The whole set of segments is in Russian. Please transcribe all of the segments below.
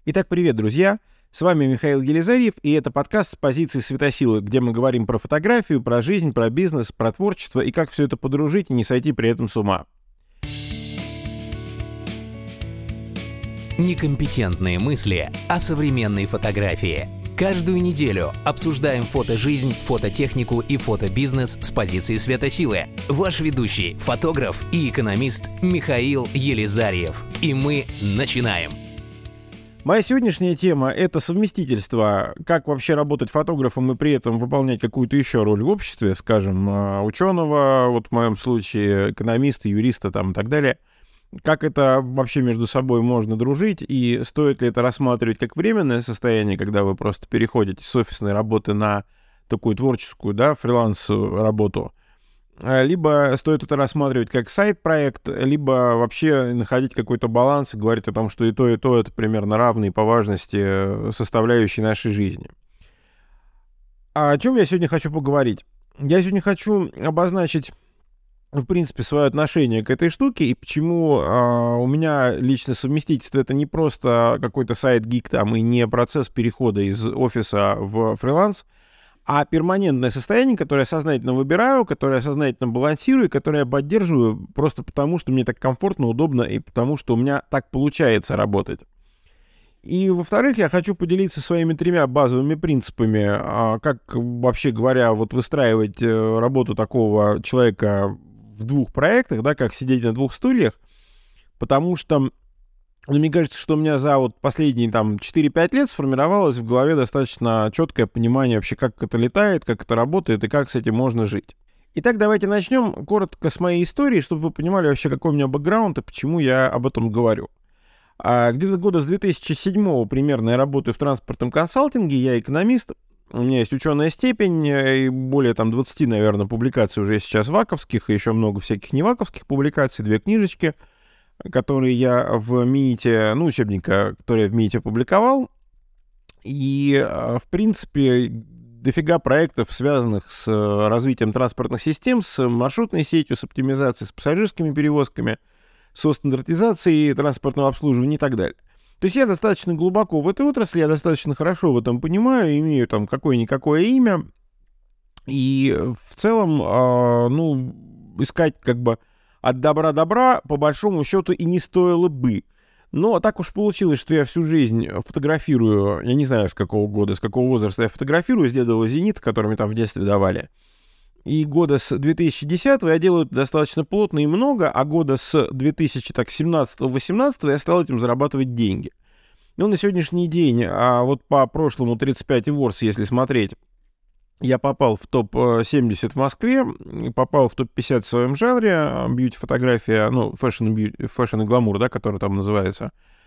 Итак, привет, друзья! С вами Михаил Елизарьев, и это подкаст с позиции светосилы, где мы говорим про фотографию, про жизнь, про бизнес, про творчество и как все это подружить и не сойти при этом с ума. Некомпетентные мысли о современной фотографии. Каждую неделю обсуждаем фотожизнь, фототехнику и фотобизнес с позиции светосилы. Ваш ведущий, фотограф и экономист Михаил Елизарьев. И мы начинаем. Моя сегодняшняя тема — это совместительство. Как вообще работать фотографом и при этом выполнять какую-то еще роль в обществе, скажем, ученого, вот в моем случае экономиста, юриста там, и так далее. Как это вообще между собой можно дружить, и стоит ли это рассматривать как временное состояние, когда вы просто переходите с офисной работы на такую творческую, да, фриланс-работу, либо стоит это рассматривать как сайт-проект, либо вообще находить какой-то баланс и говорить о том, что и то это примерно равные по важности составляющие нашей жизни. О чем я сегодня хочу поговорить? Я сегодня хочу обозначить, в принципе, свое отношение к этой штуке и почему у меня лично совместительство — это не просто какой-то сайт-гик там и не процесс перехода из офиса в фриланс, а перманентное состояние, которое я сознательно выбираю, которое я сознательно балансирую, которое я поддерживаю просто потому, что мне так комфортно, удобно и потому, что у меня так получается работать. И, во-вторых, я хочу поделиться своими 3 базовыми принципами, как, вообще говоря, вот выстраивать работу такого человека в 2 проектах, да, как сидеть на 2 стульях, потому что мне кажется, что у меня за вот последние там 4-5 лет сформировалось в голове достаточно четкое понимание вообще, как это летает, как это работает и как с этим можно жить. Итак, давайте начнем коротко с моей истории, чтобы вы понимали вообще, какой у меня бэкграунд и почему я об этом говорю. Где-то года с 2007 примерно я работаю в транспортном консалтинге, я экономист, у меня есть ученая степень, и более там 20, наверное, публикаций уже сейчас ваковских, и еще много всяких неваковских публикаций, 2 книжечки, которые я в МИИТе, учебника, который я в МИИТе публиковал. И, в принципе, дофига проектов, связанных с развитием транспортных систем, с маршрутной сетью, с оптимизацией, с пассажирскими перевозками, со стандартизацией транспортного обслуживания и так далее. То есть я достаточно глубоко в этой отрасли, я достаточно хорошо в этом понимаю, имею там какое-никакое имя. И в целом, искать как бы от добра по большому счету и не стоило бы. Но так уж получилось, что я всю жизнь фотографирую, я не знаю, с какого года, с какого возраста я фотографирую, с дедового «Зенита», который мне там в детстве давали. И года с 2010 я делаю это достаточно плотно и много, а года с 2017-18 я стал этим зарабатывать деньги. Ну, на сегодняшний день, а вот по прошлому 35 Awards, если смотреть, я попал в топ-70 в Москве, попал в топ-50 в своем жанре, бьюти-фотография, фэшн и гламур, да, который там называется,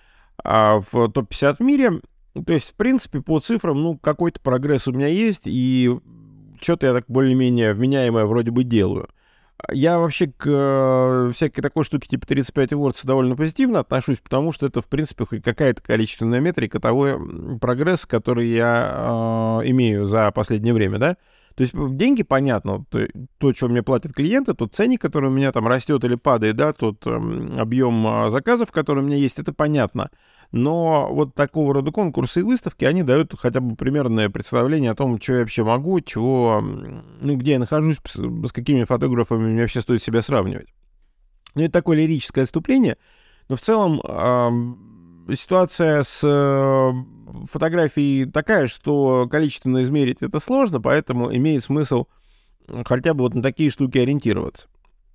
в топ-50 в мире. То есть, в принципе, по цифрам, какой-то прогресс у меня есть, и что-то я так более-менее вменяемое вроде бы делаю. Я вообще к всякой такой штуке типа 35 Awards довольно позитивно отношусь, потому что это, в принципе, хоть какая-то количественная метрика того прогресса, который я имею за последнее время, да. То есть деньги, понятно, то, что мне платят клиенты, тот ценник, который у меня там растет или падает, да, тот объем заказов, который у меня есть, это понятно. Но вот такого рода конкурсы и выставки, они дают хотя бы примерное представление о том, что я вообще могу, где я нахожусь, с какими фотографами мне вообще стоит себя сравнивать. Это такое лирическое отступление, но в целом ситуация с фотографией такая, что количественно измерить это сложно, поэтому имеет смысл хотя бы вот на такие штуки ориентироваться.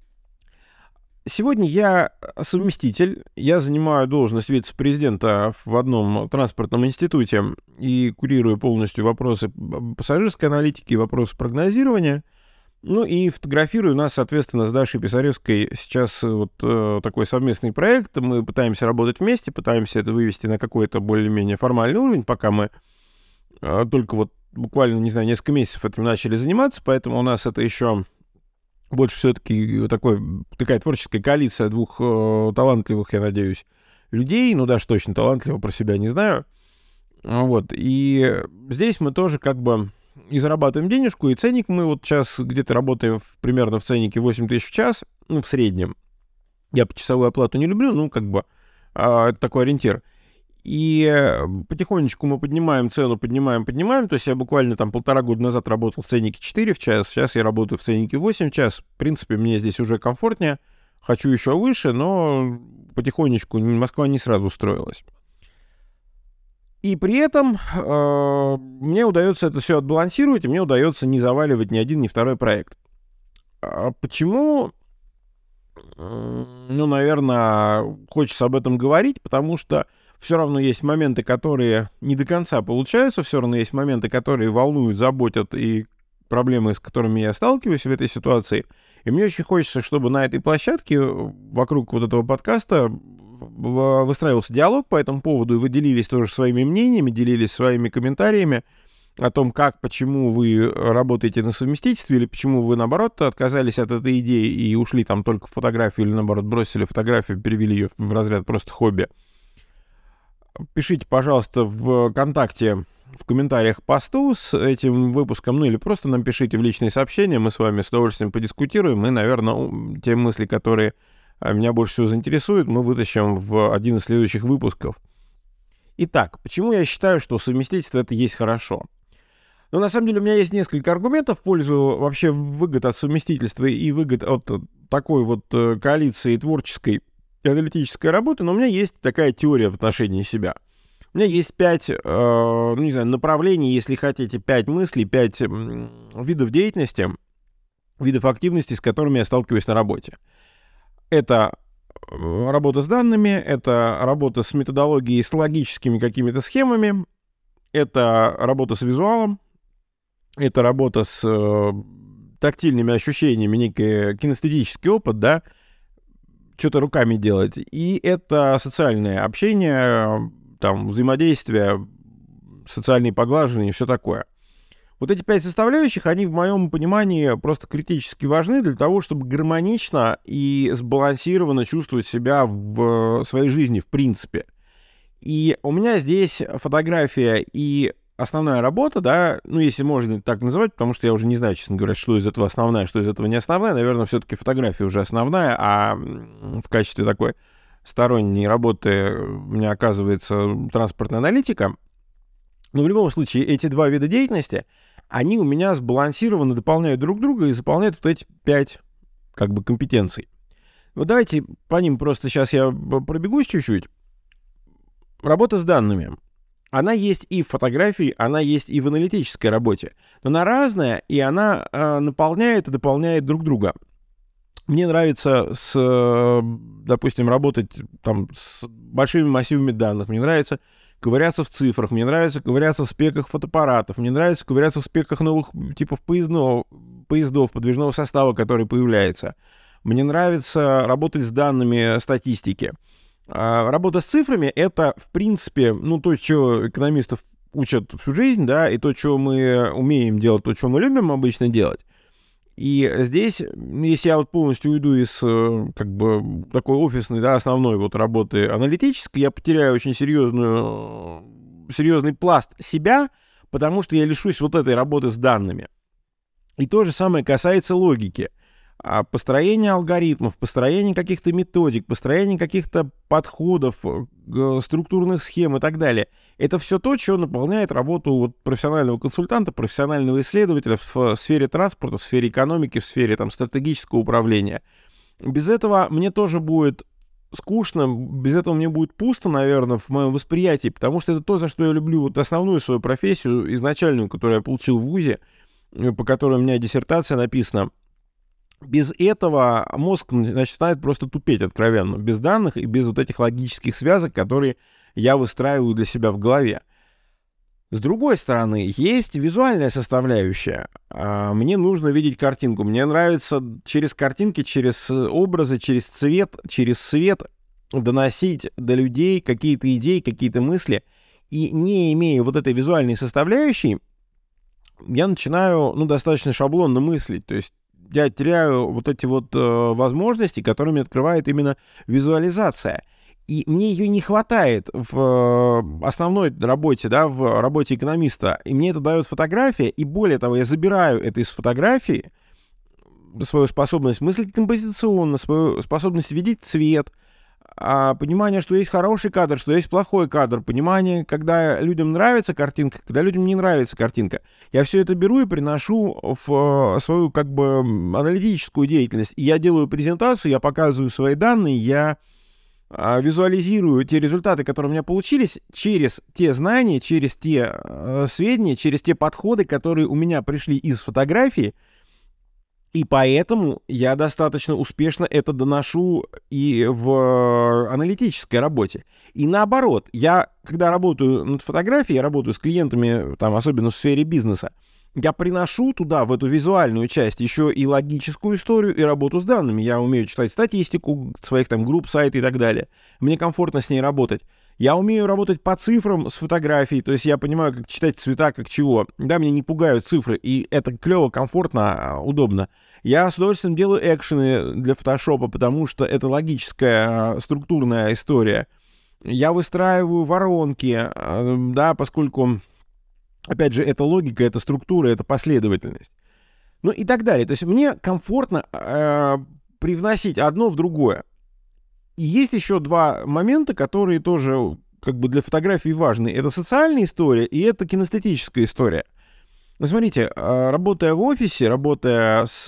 Сегодня я совместитель, я занимаю должность вице-президента в одном транспортном институте и курирую полностью вопросы пассажирской аналитики и вопросы прогнозирования. И фотографирую нас, соответственно, с Дашей Писаревской сейчас вот такой совместный проект. Мы пытаемся работать вместе, пытаемся это вывести на какой-то более-менее формальный уровень, пока мы только вот буквально, не знаю, несколько месяцев этим начали заниматься, поэтому у нас это еще больше все-таки такая творческая коалиция 2 талантливых, я надеюсь, людей. Даша точно талантлива, про себя не знаю. Вот. И здесь мы тоже как бы и зарабатываем денежку, и ценник мы вот сейчас где-то работаем примерно в ценнике 8 тысяч в час, в среднем. Я почасовую оплату не люблю, это такой ориентир. И потихонечку мы поднимаем цену, поднимаем. То есть я буквально там 1,5 года назад работал в ценнике 4 в час, сейчас я работаю в ценнике 8 в час. В принципе, мне здесь уже комфортнее. Хочу еще выше, но потихонечку Москва не сразу устроилась. И при этом мне удается это все отбалансировать, и мне удается не заваливать ни один, ни второй проект. Почему? Ну, наверное, хочется об этом говорить, потому что все равно есть моменты, которые не до конца получаются, все равно есть моменты, которые волнуют, заботят, и проблемы, с которыми я сталкиваюсь в этой ситуации. И мне очень хочется, чтобы на этой площадке, вокруг вот этого подкаста, выстраивался диалог по этому поводу, и вы делились тоже своими мнениями, делились своими комментариями о том, как, почему вы работаете на совместительстве, или почему вы, наоборот, отказались от этой идеи и ушли там только в фотографию, или, наоборот, бросили фотографию, перевели ее в разряд просто хобби. Пишите, пожалуйста, в ВКонтакте, в комментариях к посту с этим выпуском, ну или просто нам пишите в личные сообщения, мы с вами с удовольствием подискутируем, и, наверное, те мысли, которые меня больше всего заинтересуют, мы вытащим в один из следующих выпусков. Итак, почему я считаю, что совместительство — это есть хорошо? Но на самом деле у меня есть несколько аргументов в пользу вообще выгод от совместительства и выгод от такой вот коалиции творческой и аналитической работы, но у меня есть такая теория в отношении себя. У меня есть 5, направлений, если хотите, 5 мыслей, 5 видов деятельности, видов активности, с которыми я сталкиваюсь на работе. Это работа с данными, это работа с методологией, с логическими какими-то схемами, это работа с визуалом, это работа с тактильными ощущениями, некий кинестетический опыт, да, что-то руками делать. И это социальное общение, там, взаимодействие, социальные поглаживания и все такое. Вот эти 5 составляющих, они в моем понимании просто критически важны для того, чтобы гармонично и сбалансированно чувствовать себя в своей жизни в принципе. И у меня здесь фотография и основная работа, да, ну, если можно так называть, потому что я уже не знаю, честно говоря, что из этого основная, что из этого не основная. Наверное, все-таки фотография уже основная, а в качестве такой сторонней работы у меня оказывается транспортная аналитика. Но в любом случае эти два вида деятельности, они у меня сбалансированно дополняют друг друга и заполняют вот эти 5 как бы компетенций. Вот давайте по ним просто сейчас я пробегусь чуть-чуть. Работа с данными. Она есть и в фотографии, она есть и в аналитической работе. Но она разная, и она наполняет и дополняет друг друга. Мне нравится, допустим, работать там с большими массивами данных. Мне нравится ковыряться в цифрах, мне нравится ковыряться в спеках фотоаппаратов, мне нравится ковыряться в спеках новых типов поездов, подвижного состава, который появляется. Мне нравится работать с данными статистики. Работа с цифрами — это, в принципе, ну, то, что экономистов учат всю жизнь, да, и то, что мы умеем делать, то, что мы любим обычно делать. И здесь, если я вот полностью уйду из, как бы, такой офисной, да, основной вот работы аналитической, я потеряю очень серьезный пласт себя, потому что я лишусь вот этой работы с данными. И то же самое касается логики. Построение алгоритмов, построение каких-то методик, построение каких-то подходов, структурных схем и так далее. Это все то, что наполняет работу вот профессионального консультанта, профессионального исследователя в сфере транспорта, в сфере экономики, в сфере там, стратегического управления. Без этого мне тоже будет скучно, без этого мне будет пусто, наверное, в моем восприятии, потому что это то, за что я люблю вот основную свою профессию, изначальную, которую я получил в ВУЗе, по которой у меня диссертация написана. Без этого мозг начинает просто тупеть откровенно, без данных и без вот этих логических связок, которые я выстраиваю для себя в голове. С другой стороны, есть визуальная составляющая. Мне нужно видеть картинку. Мне нравится через картинки, через образы, через цвет, через свет доносить до людей какие-то идеи, какие-то мысли. И не имея вот этой визуальной составляющей, я начинаю, достаточно шаблонно мыслить. То есть я теряю вот эти вот возможности, которые мне открывает именно визуализация. И мне ее не хватает в основной работе, да, в работе экономиста. И мне это дает фотография. И более того, я забираю это из фотографии, свою способность мыслить композиционно, свою способность видеть цвет, понимание, что есть хороший кадр, что есть плохой кадр, понимание, когда людям нравится картинка, когда людям не нравится картинка. Я все это беру и приношу в свою как бы аналитическую деятельность. И я делаю презентацию, я показываю свои данные, я визуализирую те результаты, которые у меня получились, через те знания, через те сведения, через те подходы, которые у меня пришли из фотографии. И поэтому я достаточно успешно это доношу и в аналитической работе. И наоборот, я, когда работаю над фотографией, я работаю с клиентами, там, особенно в сфере бизнеса, я приношу туда, в эту визуальную часть, еще и логическую историю, и работу с данными. Я умею читать статистику своих там групп, сайта и так далее. Мне комфортно с ней работать. Я умею работать по цифрам с фотографией, то есть я понимаю, как читать цвета, как чего. Да, меня не пугают цифры, и это клево, комфортно, удобно. Я с удовольствием делаю экшены для фотошопа, потому что это логическая, структурная история. Я выстраиваю воронки, да, поскольку, опять же, это логика, это структура, это последовательность. Ну и так далее. То есть мне комфортно привносить одно в другое. И есть еще два момента, которые тоже как бы для фотографии важны. Это социальная история и это кинестетическая история. Ну, смотрите, работая в офисе, работая с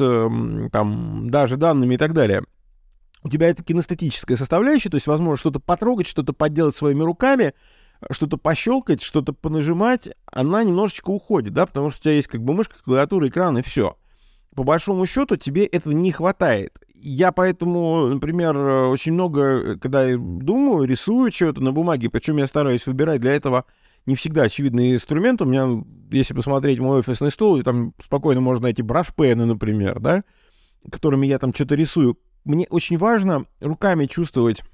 там, даже данными и так далее, у тебя это кинестетическая составляющая, то есть возможно что-то потрогать, что-то подделать своими руками, что-то пощелкать, что-то понажимать, она немножечко уходит, да, потому что у тебя есть как бы мышка, клавиатура, экран и все. По большому счету тебе этого не хватает. Я поэтому, например, очень много, когда я думаю, рисую что-то на бумаге, причем я стараюсь выбирать для этого не всегда очевидный инструмент. У меня, если посмотреть мой офисный стол, и там спокойно можно найти брашпены, например, да, которыми я там что-то рисую. Мне очень важно руками чувствовать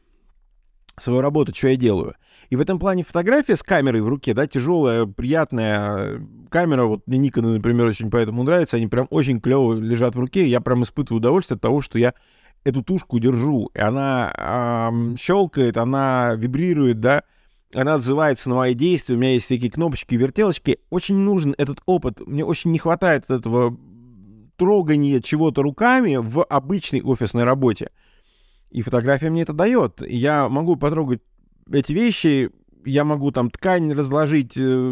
свою работу, что я делаю. И в этом плане фотография с камерой в руке, да, тяжелая, приятная камера, вот мне Nikon, например, очень поэтому нравится, они прям очень клево лежат в руке, я прям испытываю удовольствие от того, что я эту тушку держу, и она щелкает, она вибрирует, да, она отзывается на мои действия, у меня есть всякие кнопочки, вертелочки, очень нужен этот опыт, мне очень не хватает этого трогания чего-то руками в обычной офисной работе. И фотография мне это дает. Я могу потрогать эти вещи, я могу там ткань разложить,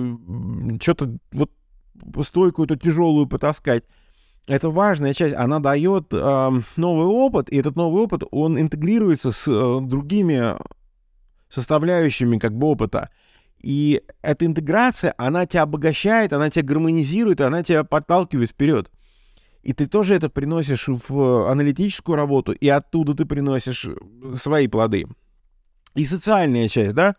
что-то вот стойку эту тяжелую потаскать. Это важная часть. Она дает новый опыт, и этот новый опыт, он интегрируется с другими составляющими как бы опыта. И эта интеграция, она тебя обогащает, она тебя гармонизирует, она тебя подталкивает вперед. И ты тоже это приносишь в аналитическую работу, и оттуда ты приносишь свои плоды. И социальная часть, да,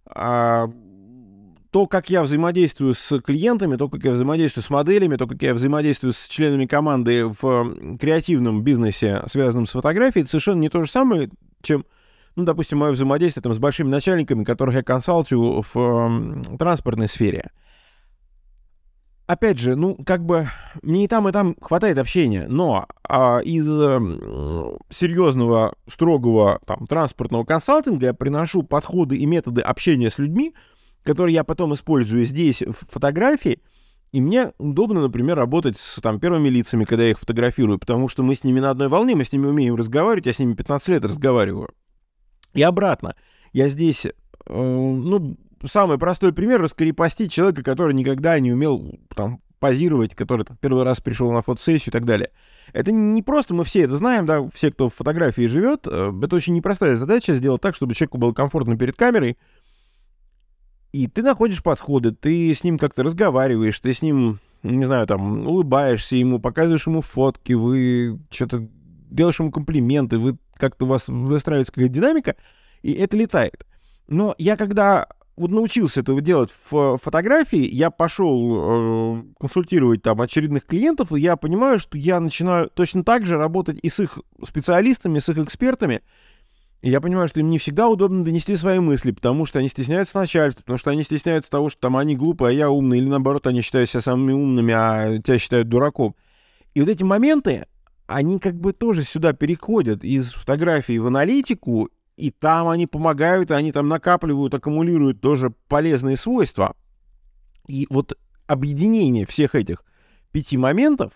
то, как я взаимодействую с клиентами, то, как я взаимодействую с моделями, то, как я взаимодействую с членами команды в креативном бизнесе, связанном с фотографией, это совершенно не то же самое, чем, ну, допустим, мое взаимодействие там, с большими начальниками, которых я консалтирую в транспортной сфере. Опять же, ну, как бы мне и там хватает общения, но из серьезного, строгого там, транспортного консалтинга я приношу подходы и методы общения с людьми, которые я потом использую здесь в фотографии, и мне удобно, например, работать с там, первыми лицами, когда я их фотографирую, потому что мы с ними на одной волне, мы с ними умеем разговаривать, я с ними 15 лет разговариваю. И обратно, я здесь, ну, самый простой пример — раскрепостить человека, который никогда не умел там позировать, который там, первый раз пришел на фотосессию и так далее. Это не просто, мы все это знаем, да, все, кто в фотографии живет, это очень непростая задача сделать так, чтобы человеку было комфортно перед камерой. И ты находишь подходы, ты с ним как-то разговариваешь, ты с ним, не знаю, там, улыбаешься ему, показываешь ему фотки, вы что-то делаешь ему комплименты, вы как-то у вас выстраивается какая-то динамика, и это летает. Но я когда вот научился этого делать в фотографии, я пошел консультировать там очередных клиентов, и я понимаю, что я начинаю точно так же работать и с их специалистами, с их экспертами. И я понимаю, что им не всегда удобно донести свои мысли, потому что они стесняются начальства, потому что они стесняются того, что там они глупые, а я умный, или наоборот, они считают себя самыми умными, а тебя считают дураком. И вот эти моменты, они как бы тоже сюда переходят из фотографии в аналитику, и там они помогают, и они там накапливают, аккумулируют тоже полезные свойства. И вот объединение всех этих 5 моментов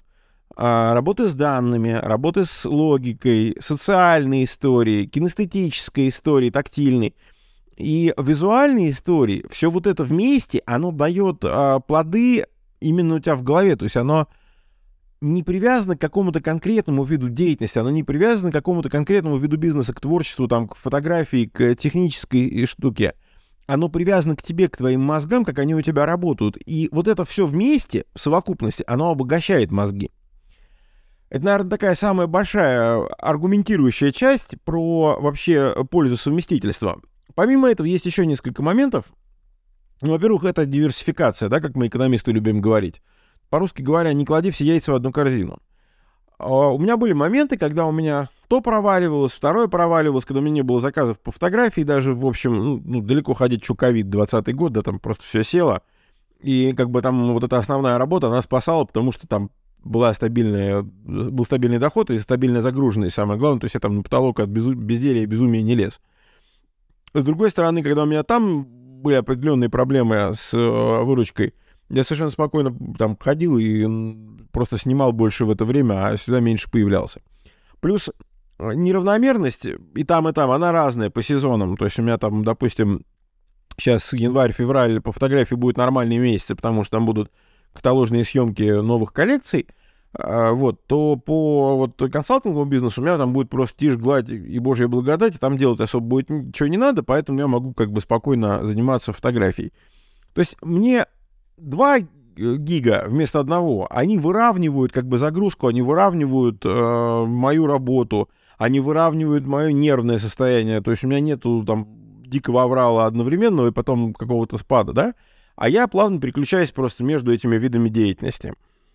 работы с данными, работы с логикой, социальной историей, кинестетической историей, тактильной и визуальной историей. Все вот это вместе, оно дает плоды именно у тебя в голове. То есть оно не привязано к какому-то конкретному виду деятельности, оно не привязано к какому-то конкретному виду бизнеса, к творчеству, там, к фотографии, к технической штуке. Оно привязано к тебе, к твоим мозгам, как они у тебя работают. И вот это все вместе, в совокупности, оно обогащает мозги. Это, наверное, такая самая большая аргументирующая часть про вообще пользу совместительства. Помимо этого, есть еще несколько моментов. Ну, во-первых, это диверсификация, да, как мы экономисты любим говорить. По-русски говоря, не клади все яйца в одну корзину. У меня были моменты, когда у меня то проваливалось, второе проваливалось, когда у меня не было заказов по фотографии даже, в общем, далеко ходить, что ковид, 20-й год, да, там просто все село. И как бы там вот эта основная работа, она спасала, потому что там был стабильный доход и стабильная загруженность, самое главное, то есть я там на потолок от безделия и безумия не лез. С другой стороны, когда у меня там были определенные проблемы с выручкой, я совершенно спокойно там ходил и просто снимал больше в это время, а сюда меньше появлялся. Плюс неравномерность и там, она разная по сезонам. То есть у меня там, допустим, сейчас январь-февраль по фотографии будет нормальные месяцы, потому что там будут каталожные съемки новых коллекций. Вот, то по консалтинговому бизнесу у меня там будет просто тишь, гладь и божья благодать, и там делать особо будет ничего не надо, поэтому я могу как бы спокойно заниматься фотографией. То есть мне 2 гига вместо 1, они выравнивают как бы загрузку, они выравнивают мою работу, они выравнивают мое нервное состояние. То есть у меня нету там дикого аврала одновременного и потом какого-то спада, да? А я плавно переключаюсь просто между этими видами деятельности.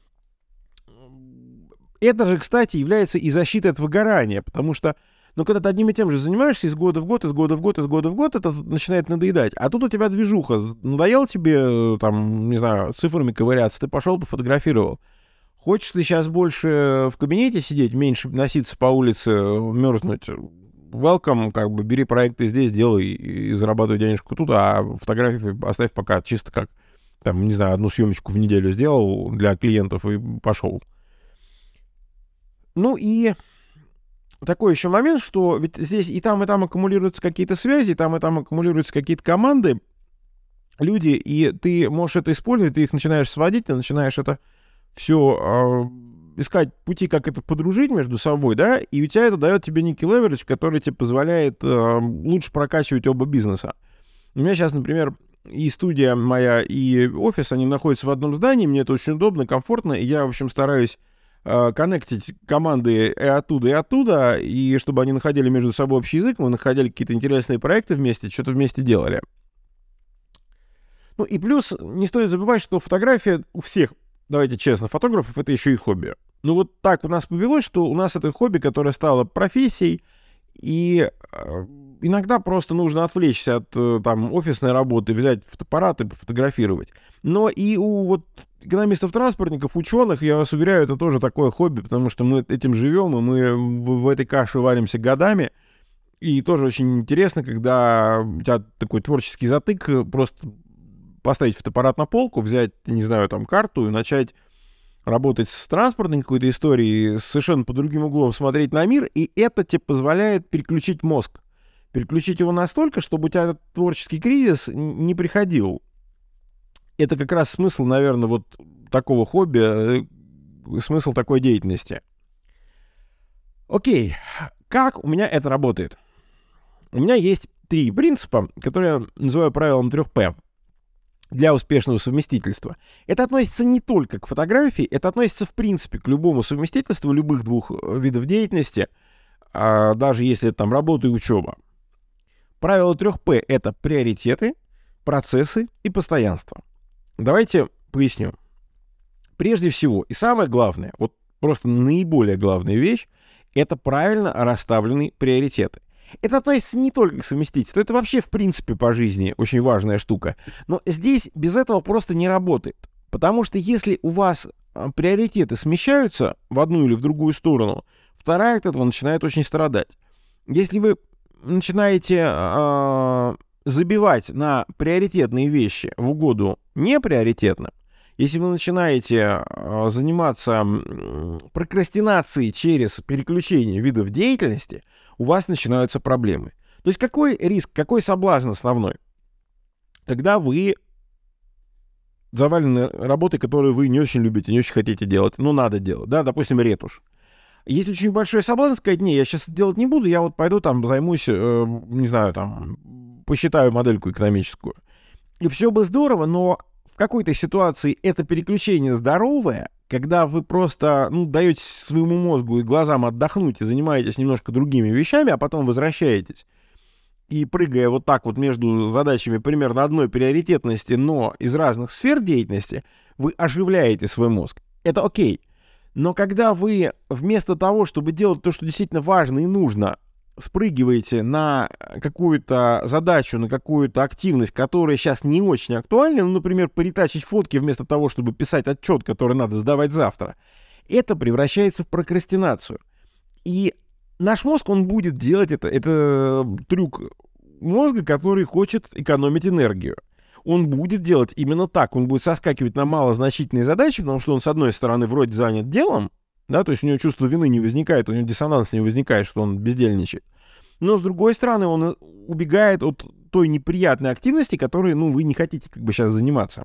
Это же, кстати, является и защитой от выгорания, потому что когда ты одним и тем же занимаешься из года в год, это начинает надоедать. А тут у тебя движуха. Надоело тебе, там, не знаю, цифрами ковыряться, ты пошел, пофотографировал. Хочешь ты сейчас больше в кабинете сидеть, меньше носиться по улице, мерзнуть? Welcome, как бы, бери проекты здесь, делай и зарабатывай денежку тут, а фотографии оставь пока чисто как, там, не знаю, 1 съемочку в неделю сделал для клиентов и пошел. Ну и такой еще момент, что ведь здесь и там аккумулируются какие-то связи, и там аккумулируются какие-то команды, люди, и ты можешь это использовать, ты их начинаешь сводить, ты начинаешь это все искать пути, как это подружить между собой, да, и у тебя это дает тебе некий леверидж, который тебе позволяет лучше прокачивать оба бизнеса. У меня сейчас, например, и студия моя, и офис, они находятся в одном здании, мне это очень удобно, комфортно, и я, в общем, стараюсь коннектить команды и оттуда, и чтобы они находили между собой общий язык, мы находили какие-то интересные проекты вместе, что-то вместе делали. Ну и плюс, не стоит забывать, что фотография у всех, давайте честно, фотографов — это еще и хобби. Ну вот так у нас повелось, что у нас это хобби, которое стало профессией, и иногда просто нужно отвлечься от там офисной работы, взять фотоаппарат и пофотографировать. Но и у экономистов-транспортников, ученых, я вас уверяю, это тоже такое хобби, потому что мы этим живем, и мы в этой каше варимся годами. И тоже очень интересно, когда у тебя такой творческий затык, просто поставить фотоаппарат на полку, взять, не знаю, там карту и начать работать с транспортной какой-то историей, совершенно по другим углом смотреть на мир, и это тебе позволяет переключить мозг. Переключить его настолько, чтобы у тебя этот творческий кризис не приходил. Это как раз смысл, наверное, вот такого хобби, смысл такой деятельности. Окей, как у меня это работает? У меня есть 3 принципа, которые я называю правилом 3П для успешного совместительства. Это относится не только к фотографии, это относится в принципе к любому совместительству любых 2 видов деятельности, даже если это там работа и учеба. Правило 3П — это приоритеты, процессы и постоянство. Давайте поясню. Прежде всего, и самое главное, вот просто наиболее главная вещь, это правильно расставленные приоритеты. Это относится не только к совместительству, это вообще в принципе по жизни очень важная штука. Но здесь без этого просто не работает. Потому что если у вас приоритеты смещаются в одну или в другую сторону, вторая от этого начинает очень страдать. Если вы начинаете забивать на приоритетные вещи в угоду неприоритетным, Если вы начинаете заниматься прокрастинацией через переключение видов деятельности, у вас начинаются проблемы. То есть какой риск, какой соблазн основной? Тогда вы завалены работой, которую вы не очень любите, не очень хотите делать, но надо делать, да, допустим, ретушь. Есть очень большой соблазн сказать: не, я сейчас делать не буду, я вот пойду там займусь, не знаю, там, посчитаю модельку экономическую. И все бы здорово, но в какой-то ситуации это переключение здоровое, когда вы просто, даете своему мозгу и глазам отдохнуть и занимаетесь немножко другими вещами, а потом возвращаетесь. И прыгая вот так вот между задачами примерно одной приоритетности, но из разных сфер деятельности, вы оживляете свой мозг. Это окей. Но когда вы вместо того, чтобы делать то, что действительно важно и нужно, спрыгиваете на какую-то задачу, на какую-то активность, которая сейчас не очень актуальна, например, поретачить фотки вместо того, чтобы писать отчет, который надо сдавать завтра, это превращается в прокрастинацию. И наш мозг, он будет делать это. Это трюк мозга, который хочет экономить энергию. Он будет делать именно так. Он будет соскакивать на малозначительные задачи, потому что он, с одной стороны, вроде занят делом, да, то есть у него чувство вины не возникает, у него диссонанс не возникает, что он бездельничает. Но, с другой стороны, он убегает от той неприятной активности, которой, вы не хотите сейчас заниматься.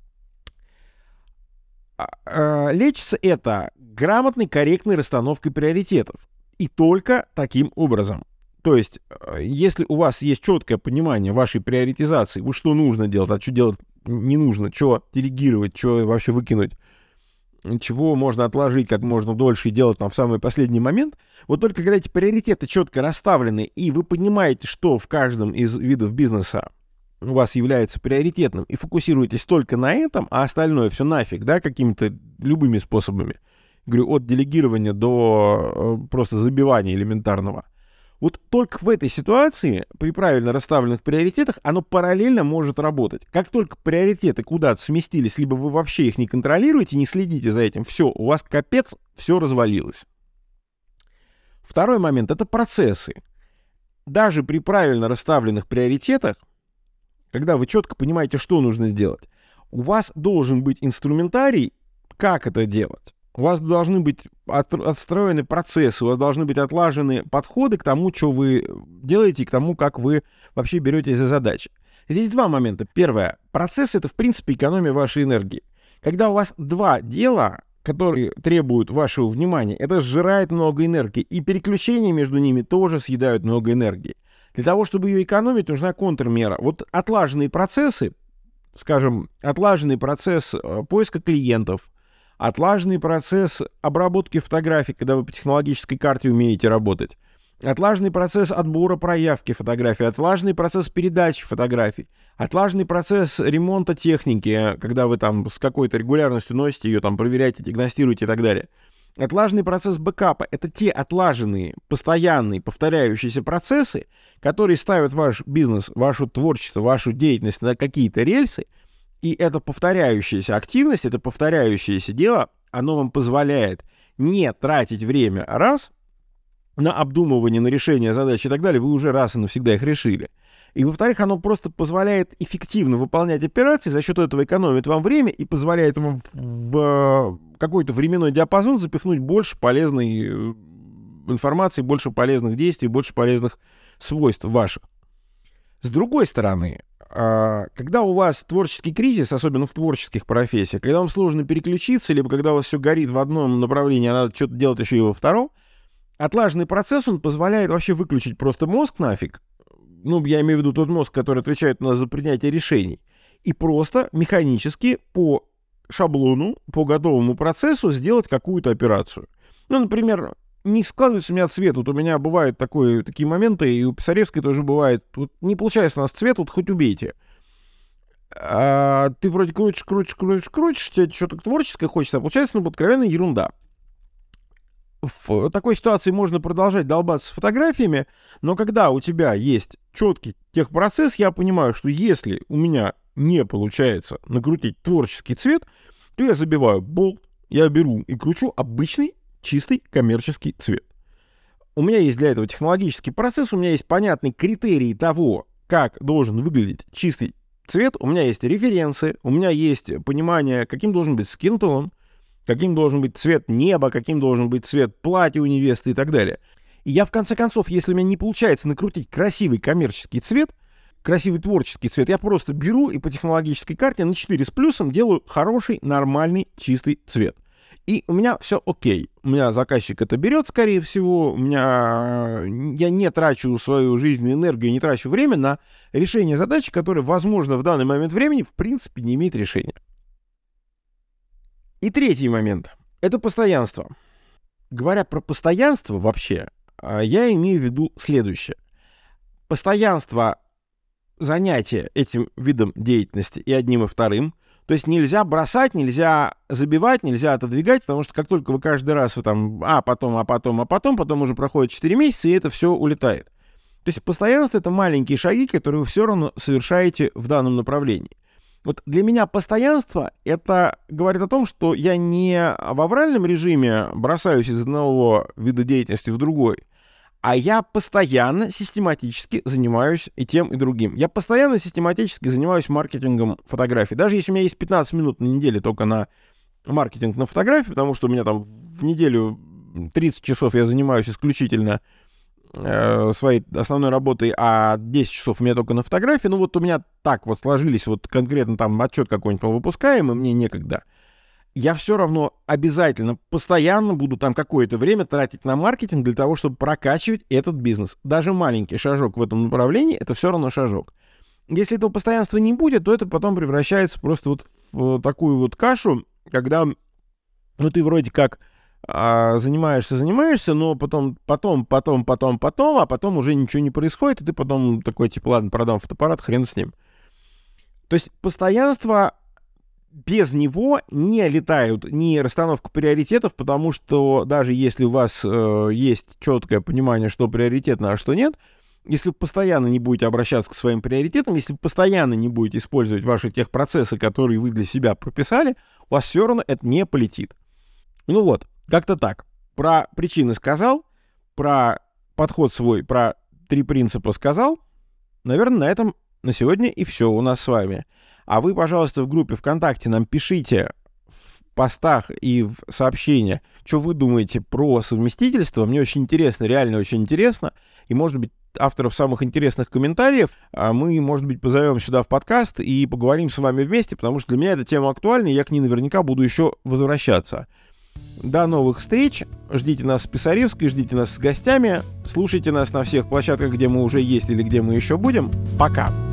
Лечится это грамотной, корректной расстановкой приоритетов. И только таким образом. То есть, если у вас есть четкое понимание вашей приоритизации, вот что нужно делать, а что делать не нужно, что делегировать, что вообще выкинуть, чего можно отложить как можно дольше и делать там в самый последний момент, вот только когда эти приоритеты четко расставлены, и вы понимаете, что в каждом из видов бизнеса у вас является приоритетным, и фокусируетесь только на этом, а остальное все нафиг, да, какими-то любыми способами. Говорю, от делегирования до просто забивания элементарного. Вот только в этой ситуации, при правильно расставленных приоритетах, оно параллельно может работать. Как только приоритеты куда-то сместились, либо вы вообще их не контролируете, не следите за этим, все, у вас капец, все развалилось. Второй момент — это процессы. Даже при правильно расставленных приоритетах, когда вы четко понимаете, что нужно сделать, у вас должен быть инструментарий, как это делать. У вас должны быть отстроены процессы, у вас должны быть отлажены подходы к тому, что вы делаете, и к тому, как вы вообще беретесь за задачи. Здесь два момента. Первое. Процесс — это, в принципе, экономия вашей энергии. Когда у вас два дела, которые требуют вашего внимания, это сжирает много энергии, и переключения между ними тоже съедают много энергии. Для того, чтобы ее экономить, нужна контрмера. Вот отлаженные процессы, скажем, отлаженный процесс поиска клиентов, отлаженный процесс обработки фотографий, когда вы по технологической карте умеете работать, отлаженный процесс отбора проявки фотографий, отлаженный процесс передачи фотографий, отлаженный процесс ремонта техники, когда вы там с какой-то регулярностью носите ее, там проверяете, диагностируете и так далее. Отлаженный процесс бэкапа — это те отлаженные, постоянные, повторяющиеся процессы, которые ставят ваш бизнес, ваше творчество, вашу деятельность на какие-то рельсы. И эта повторяющаяся активность, это повторяющееся дело, оно вам позволяет не тратить время раз на обдумывание, на решение задач и так далее, вы уже раз и навсегда их решили. И, во-вторых, оно просто позволяет эффективно выполнять операции, за счет этого экономит вам время и позволяет вам в какой-то временной диапазон запихнуть больше полезной информации, больше полезных действий, больше полезных свойств ваших. С другой стороны, когда у вас творческий кризис, особенно в творческих профессиях, когда вам сложно переключиться, либо когда у вас все горит в одном направлении, а надо что-то делать еще и во втором, отлаженный процесс, он позволяет вообще выключить просто мозг нафиг. Я имею в виду тот мозг, который отвечает у нас за принятие решений, и просто механически по шаблону, по готовому процессу сделать какую-то операцию. Например, не складывается у меня цвет. Вот у меня бывают такие моменты, и у Писаревской тоже бывает. Вот не получается у нас цвет, вот хоть убейте. Ты вроде крутишь, тебе что-то творческое хочется, а получается, откровенная ерунда. В такой ситуации можно продолжать долбаться с фотографиями, но когда у тебя есть четкий техпроцесс, я понимаю, что если у меня не получается накрутить творческий цвет, то я забиваю болт, я беру и кручу обычный чистый коммерческий цвет. У меня есть для этого технологический процесс, у меня есть понятный критерий того, как должен выглядеть чистый цвет, у меня есть референсы, у меня есть понимание, каким должен быть скин-тон, каким должен быть цвет неба, каким должен быть цвет платья у невесты и так далее. И я, в конце концов, если у меня не получается накрутить красивый коммерческий цвет, красивый творческий цвет, я просто беру и по технологической карте на 4 с плюсом делаю хороший, нормальный, чистый цвет. И у меня все окей. У меня заказчик это берет, скорее всего. Я не трачу свою жизненную энергию, не трачу время на решение задачи, которая, возможно, в данный момент времени, в принципе, не имеет решения. И третий момент — это постоянство. Говоря про постоянство вообще, я имею в виду следующее. Постоянство занятия этим видом деятельности и одним, и вторым. То есть нельзя бросать, нельзя забивать, нельзя отодвигать, потому что как только вы каждый раз потом уже проходит 4 месяца, и это все улетает. То есть постоянство — это маленькие шаги, которые вы все равно совершаете в данном направлении. Вот для меня постоянство — это говорит о том, что я не в авральном режиме бросаюсь из одного вида деятельности в другой, а я постоянно, систематически занимаюсь и тем, и другим. Я постоянно, систематически занимаюсь маркетингом фотографий. Даже если у меня есть 15 минут на неделе только на маркетинг на фотографии, потому что у меня там в неделю 30 часов я занимаюсь исключительно своей основной работой, а 10 часов у меня только на фотографии. Ну вот у меня так вот сложились, вот конкретно там отчет какой-нибудь мы выпускаем, и мне некогда. Я все равно обязательно, постоянно буду там какое-то время тратить на маркетинг для того, чтобы прокачивать этот бизнес. Даже маленький шажок в этом направлении — это все равно шажок. Если этого постоянства не будет, то это потом превращается просто вот в такую вот кашу, когда ты вроде как занимаешься, но потом, а потом уже ничего не происходит, и ты потом такой, типа, ладно, продам фотоаппарат, хрен с ним. То есть постоянство... Без него не летают ни расстановка приоритетов, потому что даже если у вас есть четкое понимание, что приоритетно, а что нет, если вы постоянно не будете обращаться к своим приоритетам, если вы постоянно не будете использовать ваши техпроцессы, которые вы для себя прописали, у вас все равно это не полетит. Ну вот, как-то так. Про причины сказал, про подход свой, про 3 принципа сказал. Наверное, на этом на сегодня и все у нас с вами. А вы, пожалуйста, в группе ВКонтакте нам пишите в постах и в сообщениях, что вы думаете про совместительство. Мне очень интересно, реально очень интересно. И, может быть, авторов самых интересных комментариев мы, может быть, позовем сюда в подкаст и поговорим с вами вместе, потому что для меня эта тема актуальна, и я к ней наверняка буду еще возвращаться. До новых встреч. Ждите нас в Писаревской, ждите нас с гостями. Слушайте нас на всех площадках, где мы уже есть или где мы еще будем. Пока!